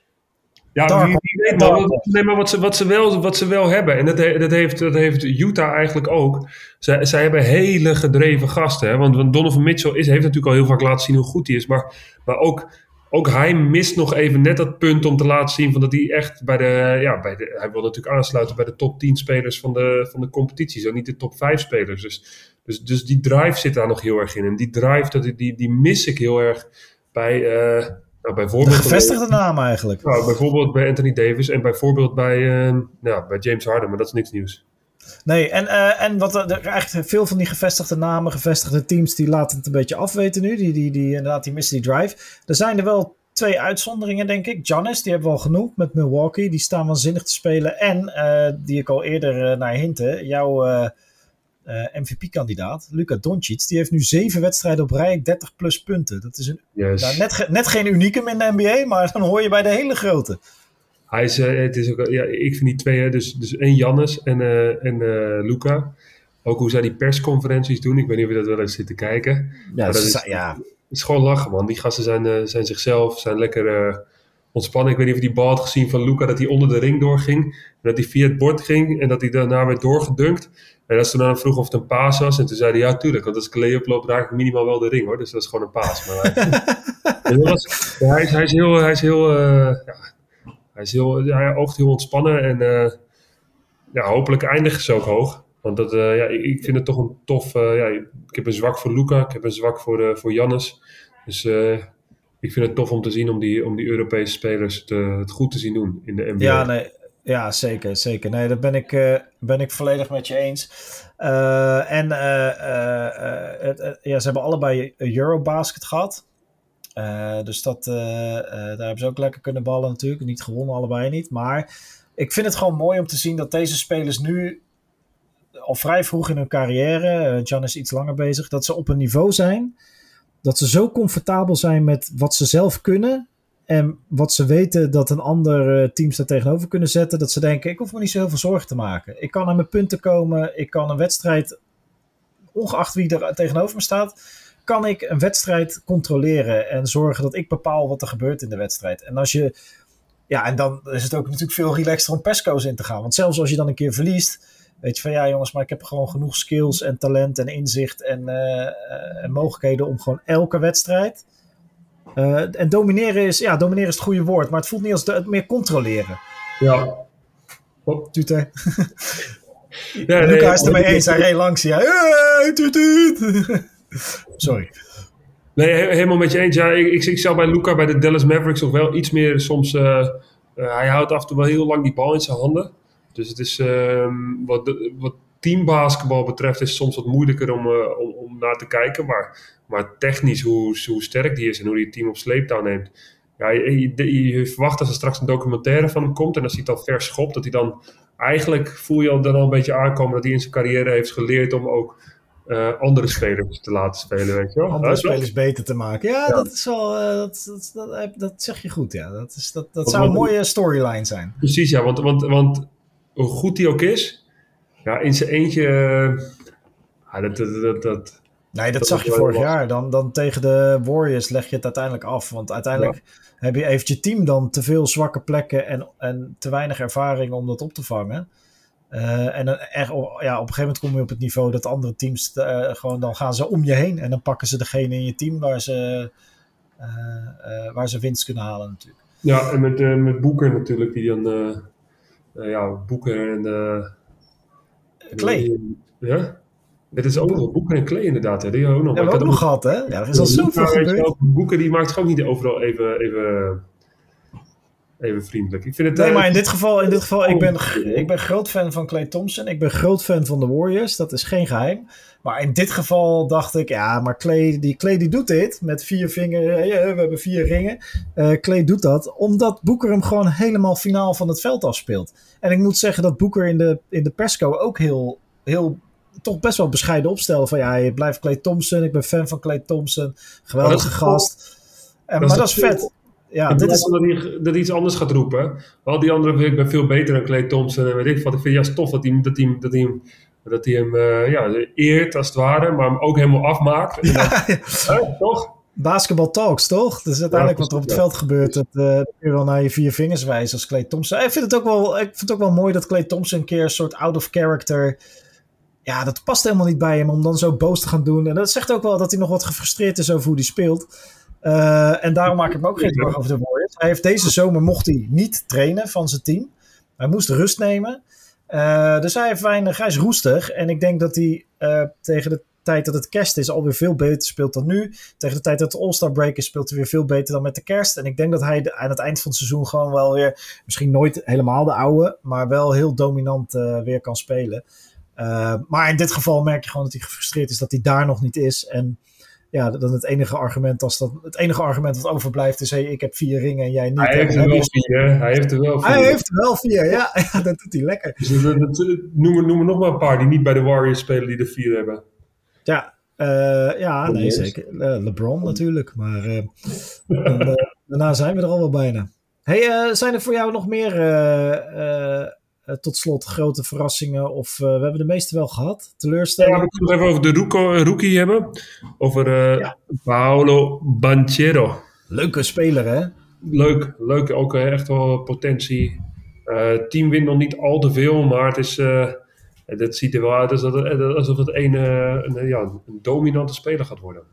Ja, wie, wie weet maar, nee, maar wat, ze, wat, ze wel, wat ze wel hebben, en dat, dat, heeft, dat heeft Utah eigenlijk ook. Zij, zij hebben hele gedreven gasten. Hè? Want, want Donovan Mitchell is, heeft natuurlijk al heel vaak laten zien hoe goed hij is. Maar, maar ook, ook hij mist nog even net dat punt om te laten zien van dat hij echt bij de... Ja, bij de hij wil natuurlijk aansluiten bij de top tien spelers van de, van de competitie. Zo niet de top vijf spelers. Dus, dus, dus die drive zit daar nog heel erg in. En die drive, dat, die, die mis ik heel erg bij... Uh, Nou, bijvoorbeeld, de gevestigde naam eigenlijk. Nou, bijvoorbeeld bij Anthony Davis en bijvoorbeeld bij, uh, nou, bij James Harden, maar dat is niks nieuws. Nee, en, uh, en wat er eigenlijk veel van die gevestigde namen, gevestigde teams, die laten het een beetje afweten nu. Die, die, die, inderdaad, die missen die drive. Er zijn er wel twee uitzonderingen, denk ik. Giannis, die hebben we al genoemd met Milwaukee. Die staan waanzinnig te spelen. En, uh, die ik al eerder uh, naar hintte, jouw uh, uh, M V P-kandidaat, Luka Doncic, die heeft nu zeven wedstrijden op rij, dertig plus punten. Dat is een, yes. nou, net, ge, net geen unicum in de N B A, maar dan hoor je bij de hele grote. Hij is, uh, het is ook, ja, ik vind die twee, dus, dus en Giannis en, uh, en uh, Luka. Ook hoe zij die persconferenties doen. Ik weet niet of je dat wel eens zit te kijken. Ja, dat is, is, ja. Het is gewoon lachen, man. Die gasten zijn, uh, zijn zichzelf, zijn lekker uh, ontspannen. Ik weet niet of je die bal had gezien van Luka, dat hij onder de ring doorging. En dat hij via het bord ging en dat hij daarna werd doorgedunkt. En als ze dan vroeg of het een paas was, en toen zei hij, ja, tuurlijk, want als ik een lay-up loop, raak ik minimaal wel de ring, hoor. Dus dat is gewoon een paas. Maar hij, was, hij, is, hij is heel, hij is heel, uh, ja, hij is heel, ja, hij oogt heel ontspannen en uh, ja, hopelijk eindigen ze ook hoog. Want dat, uh, ja, ik, ik vind het toch een tof, uh, ja, ik heb een zwak voor Luka, ik heb een zwak voor, uh, voor Giannis. Dus uh, ik vind het tof om te zien om die, om die Europese spelers te, het goed te zien doen in de N B A. Ja, nee. Ja, zeker, zeker. Nee, dat ben ik, uh, ben ik volledig met je eens. Uh, en uh, uh, uh, uh, ja, ze hebben allebei Eurobasket gehad. Uh, dus dat, uh, uh, daar hebben ze ook lekker kunnen ballen natuurlijk. Niet gewonnen, allebei niet. Maar ik vind het gewoon mooi om te zien dat deze spelers nu al vrij vroeg in hun carrière, uh, Jan is iets langer bezig, dat ze op een niveau zijn, dat ze zo comfortabel zijn met wat ze zelf kunnen en wat ze weten dat een ander uh, teams daar tegenover kunnen zetten, dat ze denken, ik hoef me niet zo heel veel zorgen te maken. Ik kan aan mijn punten komen, ik kan een wedstrijd, ongeacht wie er tegenover me staat, kan ik een wedstrijd controleren en zorgen dat ik bepaal wat er gebeurt in de wedstrijd. En als je, ja, en dan is het ook natuurlijk veel relaxter om persco's in te gaan. Want zelfs als je dan een keer verliest, weet je van ja jongens, maar ik heb gewoon genoeg skills en talent en inzicht en, uh, uh, en mogelijkheden om gewoon elke wedstrijd. Uh, en domineren is, ja, domineren is het goede woord, maar het voelt niet als de, het meer controleren. Ja. Oh. Tuut, ja, nee, Luca is het ermee nee, eens, hij reed langs. Ja. Hey, tuut, tuut. Sorry. Nee, helemaal met je eens. Ja, ik, ik, ik zou bij Luka, bij de Dallas Mavericks nog wel iets meer soms... Uh, uh, hij houdt af en toe wel heel lang die bal in zijn handen. Dus het is, uh, wat, de, wat teambasketbal betreft, is het soms wat moeilijker om, uh, om, om naar te kijken. Maar, maar technisch, hoe, hoe sterk die is en hoe hij het team op sleeptouw neemt. Ja, je, je, je verwacht dat er straks een documentaire van hem komt. En als hij het dan ver schopt, dat hij dan... Eigenlijk voel je dan al een beetje aankomen dat hij in zijn carrière heeft geleerd om ook uh, andere spelers te laten spelen, weet je wel. Andere uh, spelers beter te maken. Ja, ja. dat is wel, uh, dat, dat, dat, dat zeg je goed, ja. Dat, is, dat, dat zou want, een mooie storyline zijn. Precies, ja, want, want, want hoe goed die ook is, ja, in zijn eentje, uh, ja, dat, dat, dat, dat Nee, dat, dat zag je vorig jaar. Dan, dan tegen de Warriors leg je het uiteindelijk af. Want uiteindelijk ja. heb je, heeft je team dan te veel zwakke plekken en, en te weinig ervaring om dat op te vangen. Uh, en dan echt, ja, op een gegeven moment kom je op het niveau dat andere teams uh, gewoon, dan gaan ze om je heen. En dan pakken ze degene in je team waar ze, uh, uh, waar ze winst kunnen halen natuurlijk. Ja, en met, uh, met Booker natuurlijk, die dan, uh, uh, ja, Booker en... Uh, Clay. Ja? Het is ook nog Booker en Clay inderdaad. Hè. Die ook nog. Ja, we hebben ook nog gehad, hè? Ja, er is al zoveel gebeurd. Booker die maakt gewoon niet overal even, even, even vriendelijk. Ik vind het, nee, uh, maar in dit geval, in dit geval ik, ben, ik ben groot fan van Klay Thompson. Ik ben groot fan van de Warriors. Dat is geen geheim. Maar in dit geval dacht ik, ja, maar Klay die, Klay die doet dit met vier vingers. Ja, we hebben vier ringen. Uh, Klay doet dat omdat Booker hem gewoon helemaal finaal van het veld afspeelt. En ik moet zeggen dat Booker in de, in de persco ook heel... heel toch best wel bescheiden opstellen van ja, je blijft Klay Thompson, ik ben fan van Klay Thompson, geweldige gast. En, dat maar dat is vet. Veel. Ja, dit is dat hij, dat hij iets anders gaat roepen. Al die anderen, ik ben veel beter dan Klay Thompson en weet ik wat. Ik vind het juist tof dat hij, dat hij, dat hij, dat hij hem uh, ja, eert als het ware, maar hem ook helemaal afmaakt. Ja, dan, ja. Uh, toch? Basketball talks, toch? Dat is uiteindelijk ja, wat er op het ja. veld gebeurt. Dat uh, kun je wel naar je vier vingers wijzen als Klay Thompson. Ik vind het ook wel, ik vind het ook wel mooi dat Klay Thompson een keer een soort out of character... Ja, dat past helemaal niet bij hem om dan zo boos te gaan doen. En dat zegt ook wel dat hij nog wat gefrustreerd is over hoe hij speelt. Uh, en daarom maak ik me ook geen zorgen over de Warriors. Hij heeft deze zomer mocht hij niet trainen van zijn team. Hij moest rust nemen. Uh, dus hij heeft weinig, hij is roestig. En ik denk dat hij uh, tegen de tijd dat het kerst is alweer veel beter speelt dan nu. Tegen de tijd dat de All-Star break is speelt hij weer veel beter dan met de kerst. En ik denk dat hij de, aan het eind van het seizoen gewoon wel weer, misschien nooit helemaal de oude, maar wel heel dominant uh, weer kan spelen. Uh, maar in dit geval merk je gewoon dat hij gefrustreerd is dat hij daar nog niet is. En ja, dan het enige argument als dat, het enige argument wat overblijft is, hey, ik heb vier ringen en jij niet. Hij heeft er wel vier, hij heeft er wel vier. Hij heeft er wel vier, ja. ja dat doet hij lekker. Dus dat, dat, noem, noem er nog maar een paar die niet bij de Warriors spelen die er vier hebben. Ja, uh, ja nee zeker. Uh, LeBron natuurlijk, maar uh, en, uh, daarna zijn we er al wel bijna. Hey, uh, zijn er voor jou nog meer... Uh, uh, Uh, tot slot grote verrassingen of uh, we hebben de meeste wel gehad, teleurstellingen. Ja, we kunnen nog even over de Ruko, uh, rookie hebben. Over uh, ja. Paolo Banchero. Leuke speler, hè? Leuk, leuk. Ook uh, echt wel potentie. Uh, team wint nog niet al te veel, maar het is, uh, het ziet er wel uit alsof het, alsof het een, uh, een, ja, een dominante speler gaat worden.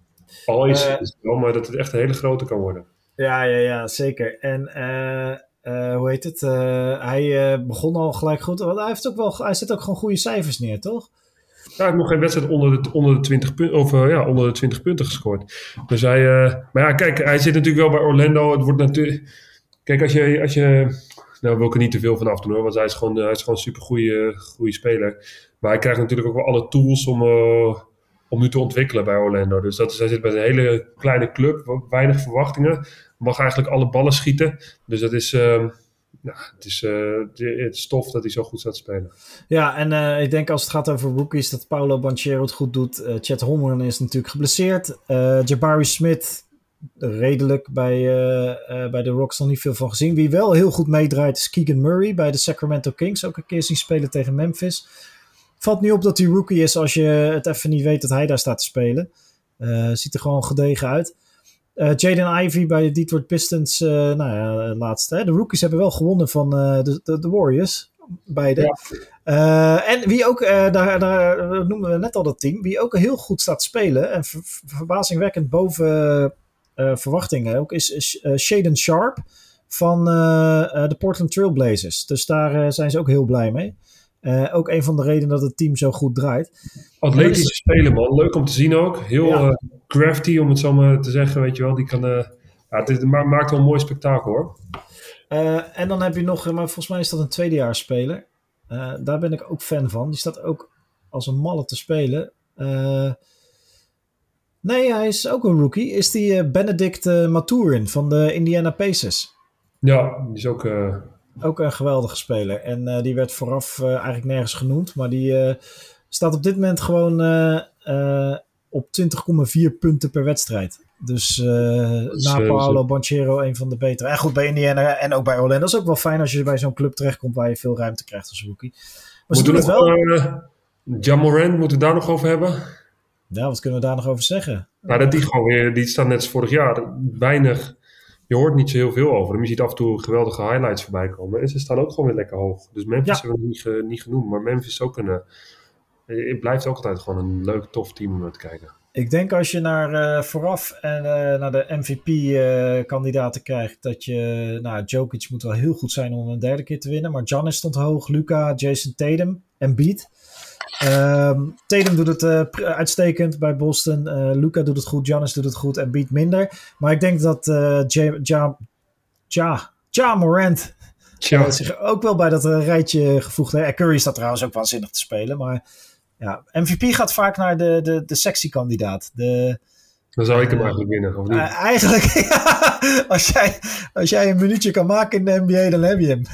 Al is uh, het wel, maar dat het echt een hele grote kan worden. Ja, ja, ja, zeker. En... Uh... Uh, hoe heet het? Uh, hij uh, begon al gelijk goed. Want hij, heeft ook wel, hij zet ook gewoon goede cijfers neer, toch? Ja, hij heeft nog geen wedstrijd onder de, onder de, twintig, punten, of, uh, ja, onder de twintig punten gescoord. Dus hij, uh, maar ja, kijk, hij zit natuurlijk wel bij Orlando. Het wordt natuurlijk... Kijk, als je... Als je nou, wil ik er niet te veel van afdoen hoor. Want hij is gewoon, hij is gewoon een super goede speler. Maar hij krijgt natuurlijk ook wel alle tools om... Uh, om nu te ontwikkelen bij Orlando. Dus dat is, hij zit bij een hele kleine club, weinig verwachtingen. Mag eigenlijk alle ballen schieten. Dus dat is, uh, ja, het is, uh, het is tof dat hij zo goed staat te spelen. Ja, en uh, ik denk als het gaat over rookies, dat Paolo Banchero het goed doet. Uh, Chet Holmgren is natuurlijk geblesseerd. Uh, Jabari Smith, redelijk bij, uh, uh, bij de Rocks nog niet veel van gezien. Wie wel heel goed meedraait is Keegan Murray bij de Sacramento Kings. Ook een keer zien spelen tegen Memphis. Valt niet op dat hij rookie is als je het even niet weet dat hij daar staat te spelen. Uh, ziet er gewoon gedegen uit. Uh, Jaden Ivey bij de Detroit Pistons. Uh, nou ja, laatste. Hè? De rookies hebben wel gewonnen van uh, de, de, de Warriors. Beide. Ja. Uh, en wie ook, uh, daar, daar noemen we net al dat team. Wie ook heel goed staat te spelen. En ver, verbazingwekkend boven uh, verwachtingen ook. Is, is uh, Shaedon Sharpe van uh, uh, de Portland Trail Blazers. Dus daar uh, zijn ze ook heel blij mee. Uh, ook een van de redenen dat het team zo goed draait. Atletische is... spelen, man. Leuk om te zien ook. Heel ja. uh, crafty, om het zo maar te zeggen. Weet je wel. Die kan, uh, ja, het, het maakt wel een mooi spektakel, hoor. Uh, en dan heb je nog, maar volgens mij is dat een tweedejaarsspeler. Uh, daar ben ik ook fan van. Die staat ook als een malle te spelen. Uh, nee, hij is ook een rookie. Is die uh, Benedict uh, Mathurin van de Indiana Pacers. Ja, die is ook... Uh... Ook een geweldige speler. En uh, die werd vooraf uh, eigenlijk nergens genoemd. Maar die, uh, staat op dit moment gewoon uh, uh, op twintig komma vier punten per wedstrijd. Dus uh, na Paolo Banchero een van de betere. En goed, bij Indiana en ook bij Orlando. Dat is ook wel fijn als je bij zo'n club terechtkomt waar je veel ruimte krijgt als rookie. Maar ze doen het wel. Uh, Ja Morant, moeten we daar nog over hebben? Ja, wat kunnen we daar nog over zeggen? Nou, dat die gewoon weer, die staat net als vorig jaar weinig. Je hoort niet zo heel veel over hem. Je ziet af en toe geweldige highlights voorbij komen. En ze staan ook gewoon weer lekker hoog. Dus Memphis ja. hebben we niet, ge, niet genoemd. Maar Memphis is ook een... Uh, het blijft ook altijd gewoon een leuk, tof team om naar te kijken. Ik denk als je naar uh, vooraf en uh, naar de M V P-kandidaten uh, krijgt... dat je... Nou, Jokic moet wel heel goed zijn om een derde keer te winnen. Maar Giannis stond hoog. Luka, Jason Tatum, Embiid. Um, Tatum doet het uh, uitstekend bij Boston. Uh, Luka doet het goed. Giannis doet het goed. Embiid minder. Maar ik denk dat uh, Ja, ja, ja, ja Morant... Ja. Uh, zich ook wel bij dat uh, rijtje gevoegd heeft. Curry staat trouwens ook waanzinnig te spelen. Maar ja, M V P gaat vaak naar de, de, de sexy kandidaat. De, Dan zou ik hem uh, eigenlijk winnen, of niet? Uh, eigenlijk, ja, als, jij, als jij een minuutje kan maken in de N B A, dan heb je hem.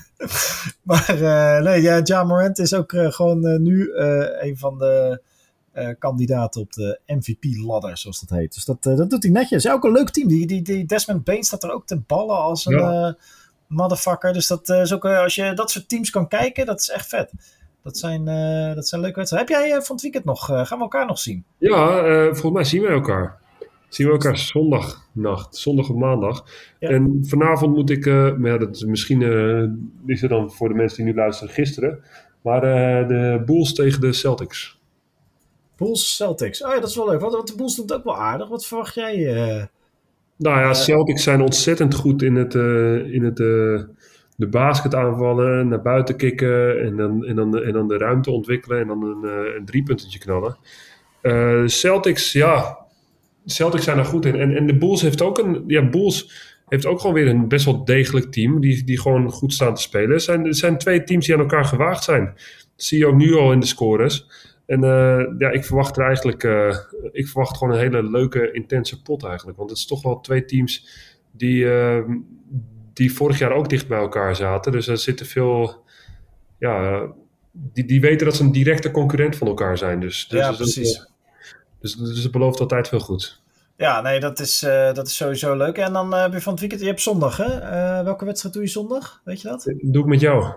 maar uh, nee, ja, Ja Morant is ook uh, gewoon uh, nu uh, een van de uh, kandidaten op de M V P-ladder, zoals dat heet. Dus dat, uh, dat doet hij netjes. Ja, ook een leuk team. Die, die, die Desmond Bane staat er ook te ballen als een... Ja. Uh, motherfucker. Dus dat uh, is ook, uh, als je dat soort teams kan kijken, dat is echt vet. Dat zijn, uh, dat zijn leuke wedstrijden. Heb jij uh, van het weekend nog, uh, gaan we elkaar nog zien? Ja, uh, volgens mij zien we elkaar. Zien we elkaar zondagnacht, zondag of maandag. Ja. En vanavond moet ik, uh, maar ja, dat is misschien uh, is er dan voor de mensen die nu luisteren gisteren, maar uh, de Bulls tegen de Celtics. Bulls Celtics, oh ja, dat is wel leuk, want, want de Bulls doen het ook wel aardig. Wat verwacht jij? Uh... Nou ja, Celtics zijn ontzettend goed in het, uh, in het uh, de basket aanvallen, naar buiten kicken en dan, en dan, en dan de ruimte ontwikkelen en dan een, uh, een driepuntetje knallen. Uh, Celtics, ja, Celtics zijn er goed in. En, en de Bulls heeft ook een, ja, Bulls heeft ook gewoon weer een best wel degelijk team die, die gewoon goed staan te spelen. Er zijn, er zijn twee teams die aan elkaar gewaagd zijn. Dat zie je ook nu al in de scores. En uh, ja, ik verwacht er eigenlijk, uh, ik verwacht gewoon een hele leuke, intense pot eigenlijk. Want het is toch wel twee teams die, uh, die vorig jaar ook dicht bij elkaar zaten. Dus er zitten veel, ja, die, die weten dat ze een directe concurrent van elkaar zijn. Dus, dus, ja, dus, precies. Dus, dus, dus het belooft altijd veel goed. Ja, nee, dat is, uh, dat is sowieso leuk. En dan uh, heb je van het weekend, je hebt zondag, hè? Uh, welke wedstrijd doe je zondag? Weet je dat? Dat doe ik met jou.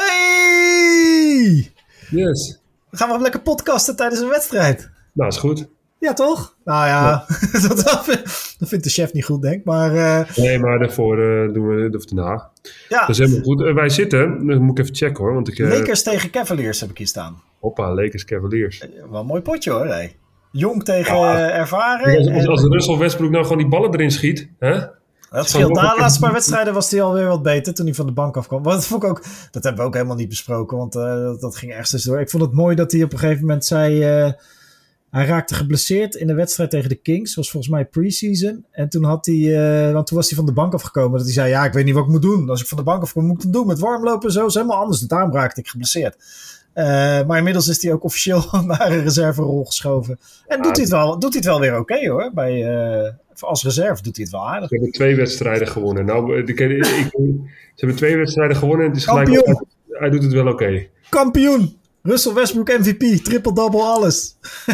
Hey! Yes. Dan gaan we lekker podcasten tijdens een wedstrijd. Nou, is goed. Ja, toch? Nou ja, ja. dat, dat vindt de chef niet goed, denk ik. Maar, uh... nee, maar daarvoor uh, doen we of daarna. Ja. Dat is helemaal goed. Uh, wij zitten, dan moet ik even checken hoor. Want ik, uh... Lakers tegen Cavaliers heb ik hier staan. Hoppa, Lakers Cavaliers. Uh, wel een mooi potje hoor, hey. Jong tegen ja. uh, ervaren. Als, als, en... als Russell Westbrook nou gewoon die ballen erin schiet, hè? Dat scheelt. Na de laatste paar wedstrijden was hij alweer wat beter toen hij van de bank afkwam. Maar dat vond ik ook, dat hebben we ook helemaal niet besproken, want uh, dat, dat ging ergens door. Ik vond het mooi dat hij op een gegeven moment zei, uh, hij raakte geblesseerd in de wedstrijd tegen de Kings. Dat was volgens mij pre-season. En toen had hij, uh, want toen was hij van de bank afgekomen. Dat hij zei, ja, ik weet niet wat ik moet doen. Als ik van de bank afkom, moet ik het doen met warmlopen en zo. Dat is helemaal anders. Daarom raakte ik geblesseerd. Uh, maar inmiddels is hij ook officieel naar een reserverol geschoven. En doet hij het wel, doet hij het wel weer oké okay, hoor. Bij, uh, als reserve doet hij het wel aardig. Ze hebben twee wedstrijden gewonnen. Nou, ik, ik, ik, ze hebben twee wedstrijden gewonnen en het is gelijk. Kampioen. Hij, hij doet het wel oké. Okay. Kampioen! Russell Westbrook M V P, triple-double, alles.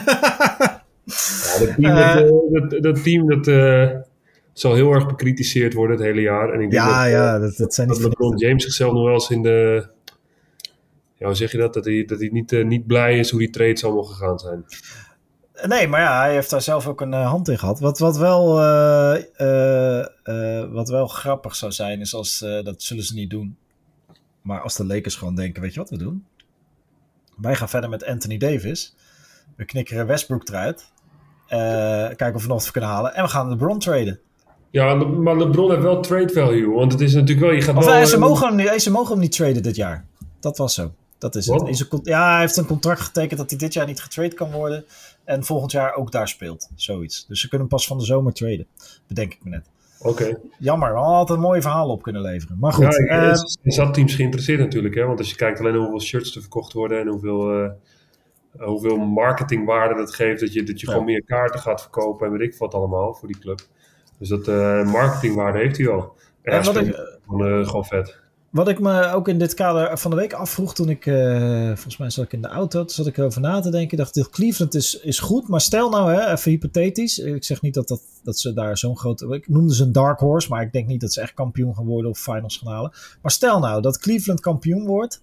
Ja, dat team, uh, dat, dat, dat, team dat, uh, zal heel erg bekritiseerd worden het hele jaar. En ik denk ja, dat, ja, dat, dat zijn dat niet LeBron James zichzelf nog wel eens in de... Ja, hoe zeg je dat? Dat hij, dat hij niet, uh, niet blij is hoe die trades allemaal gegaan zijn. Nee, maar ja, hij heeft daar zelf ook een uh, hand in gehad. Wat, wat, wel, uh, uh, uh, wat wel grappig zou zijn, is als... Uh, dat zullen ze niet doen. Maar als de Lakers gewoon denken, weet je wat we doen? Wij gaan verder met Anthony Davis. We knikkeren Westbrook eruit. Uh, kijken of we nog wat kunnen halen. En we gaan LeBron traden. Ja, maar LeBron heeft wel trade value. Want het is natuurlijk wel... Je gaat of, wel uh, ze, mogen hem niet, ze mogen hem niet traden dit jaar. Dat was zo. Dat is What? het. Is een, ja, hij heeft een contract getekend dat hij dit jaar niet getrade kan worden. En volgend jaar ook daar speelt. Zoiets. Dus ze kunnen hem pas van de zomer traden. Bedenk ik me net. Oké. Okay. Jammer, we hadden altijd mooie verhalen op kunnen leveren. Maar goed. Ja, er uh, zat teams geïnteresseerd natuurlijk. Hè? Want als je kijkt alleen hoeveel shirts er verkocht worden en hoeveel, uh, hoeveel marketingwaarde dat geeft. Dat je, dat je ja. gewoon meer kaarten gaat verkopen en weet ik wat allemaal voor die club. Dus dat uh, marketingwaarde heeft hij wel. En, en wat ik, gewoon, uh, gewoon vet. wat ik me ook in dit kader van de week afvroeg toen ik, uh, volgens mij zat ik in de auto, toen zat ik erover na te denken. Ik dacht, dit Cleveland is, is goed, maar stel nou, hè, even hypothetisch. Ik zeg niet dat, dat, dat ze daar zo'n grote, ik noemde ze een dark horse, maar ik denk niet dat ze echt kampioen gaan worden of finals gaan halen. Maar stel nou dat Cleveland kampioen wordt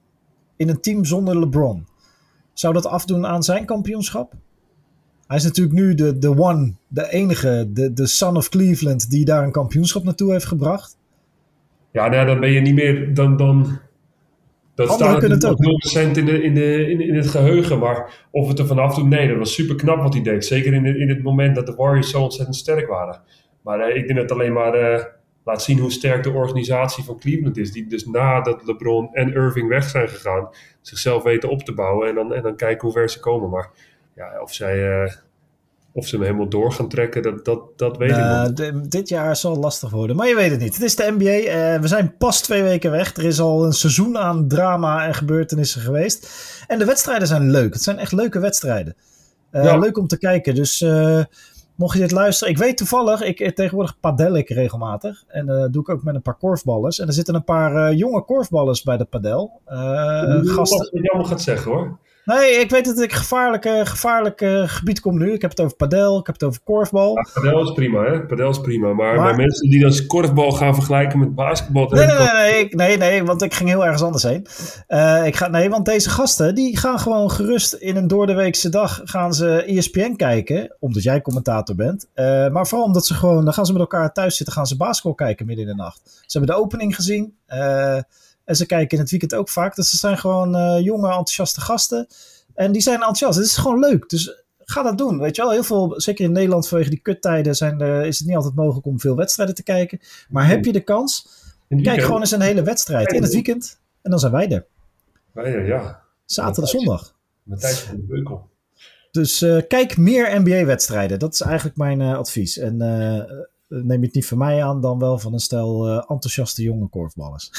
in een team zonder LeBron. Zou dat afdoen aan zijn kampioenschap? Hij is natuurlijk nu de, de one, de enige, de, de son of Cleveland die daar een kampioenschap naartoe heeft gebracht. Ja, nou, dan ben je niet meer dan... dan dat staat natuurlijk nul procent in, de, in, de, in, in het geheugen. Maar of het er vanaf doet, nee, dat was super knap wat hij deed. Zeker in, de, in het moment dat de Warriors zo ontzettend sterk waren. Maar uh, ik denk dat het alleen maar uh, laat zien hoe sterk de organisatie van Cleveland is. Die dus nadat LeBron en Irving weg zijn gegaan, zichzelf weten op te bouwen. En dan, en dan kijken hoe ver ze komen. Maar ja, of zij... Uh, Of ze hem helemaal door gaan trekken, dat, dat, dat weet uh, ik niet. Dit jaar zal lastig worden, maar je weet het niet. Het is de N B A. Uh, we zijn pas twee weken weg. Er is al een seizoen aan drama en gebeurtenissen geweest. En de wedstrijden zijn leuk. Het zijn echt leuke wedstrijden. Uh, ja. Leuk om te kijken. Dus uh, mocht je dit luisteren... Ik weet toevallig, ik tegenwoordig padel ik regelmatig. En dat uh, doe ik ook met een paar korfballers. En er zitten een paar uh, jonge korfballers bij de padel. Uh, ik gasten. Wat je allemaal gaat zeggen, hoor. Nee, ik weet dat ik gevaarlijk, uh, gevaarlijk uh, gebied kom nu. Ik heb het over padel, ik heb het over korfbal. Ja, padel is prima, hè? Padel is prima. Maar, maar... maar mensen die dan korfbal gaan vergelijken met basketbal... Nee, nee, nee, nee, nee, nee, want ik ging heel ergens anders heen. Uh, ik ga, nee, want deze gasten, die gaan gewoon gerust in een doordeweekse dag... gaan ze E S P N kijken, omdat jij commentator bent. Uh, maar vooral omdat ze gewoon... dan gaan ze met elkaar thuis zitten, gaan ze basketbal kijken midden in de nacht. Ze hebben de opening gezien... Uh, En ze kijken in het weekend ook vaak. Dus ze zijn gewoon uh, jonge, enthousiaste gasten. En die zijn enthousiast. Het is gewoon leuk. Dus ga dat doen. Weet je wel, heel veel, zeker in Nederland vanwege die kuttijden, zijn, uh, is het niet altijd mogelijk om veel wedstrijden te kijken. Maar heb je de kans, kijk gewoon eens een hele wedstrijd in het weekend. En dan zijn wij er. Wij er, ja. Zaterdag, zondag. Matthijs van de Beukel. Dus uh, kijk meer N B A-wedstrijden. Dat is eigenlijk mijn uh, advies. En uh, neem je het niet van mij aan, dan wel van een stel uh, enthousiaste jonge korfballers.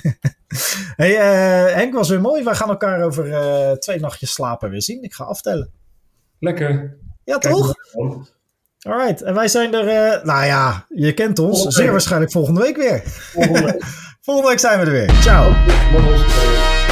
Hey uh, Henk, was weer mooi. Wij gaan elkaar over uh, twee nachtjes slapen weer zien. Ik ga aftellen. Lekker. Ja, kijk, toch? Alright. En wij zijn er, uh, nou ja, je kent ons. Volgende Zeer week. Waarschijnlijk volgende week weer. Volgende week. Volgende week zijn we er weer. Ciao.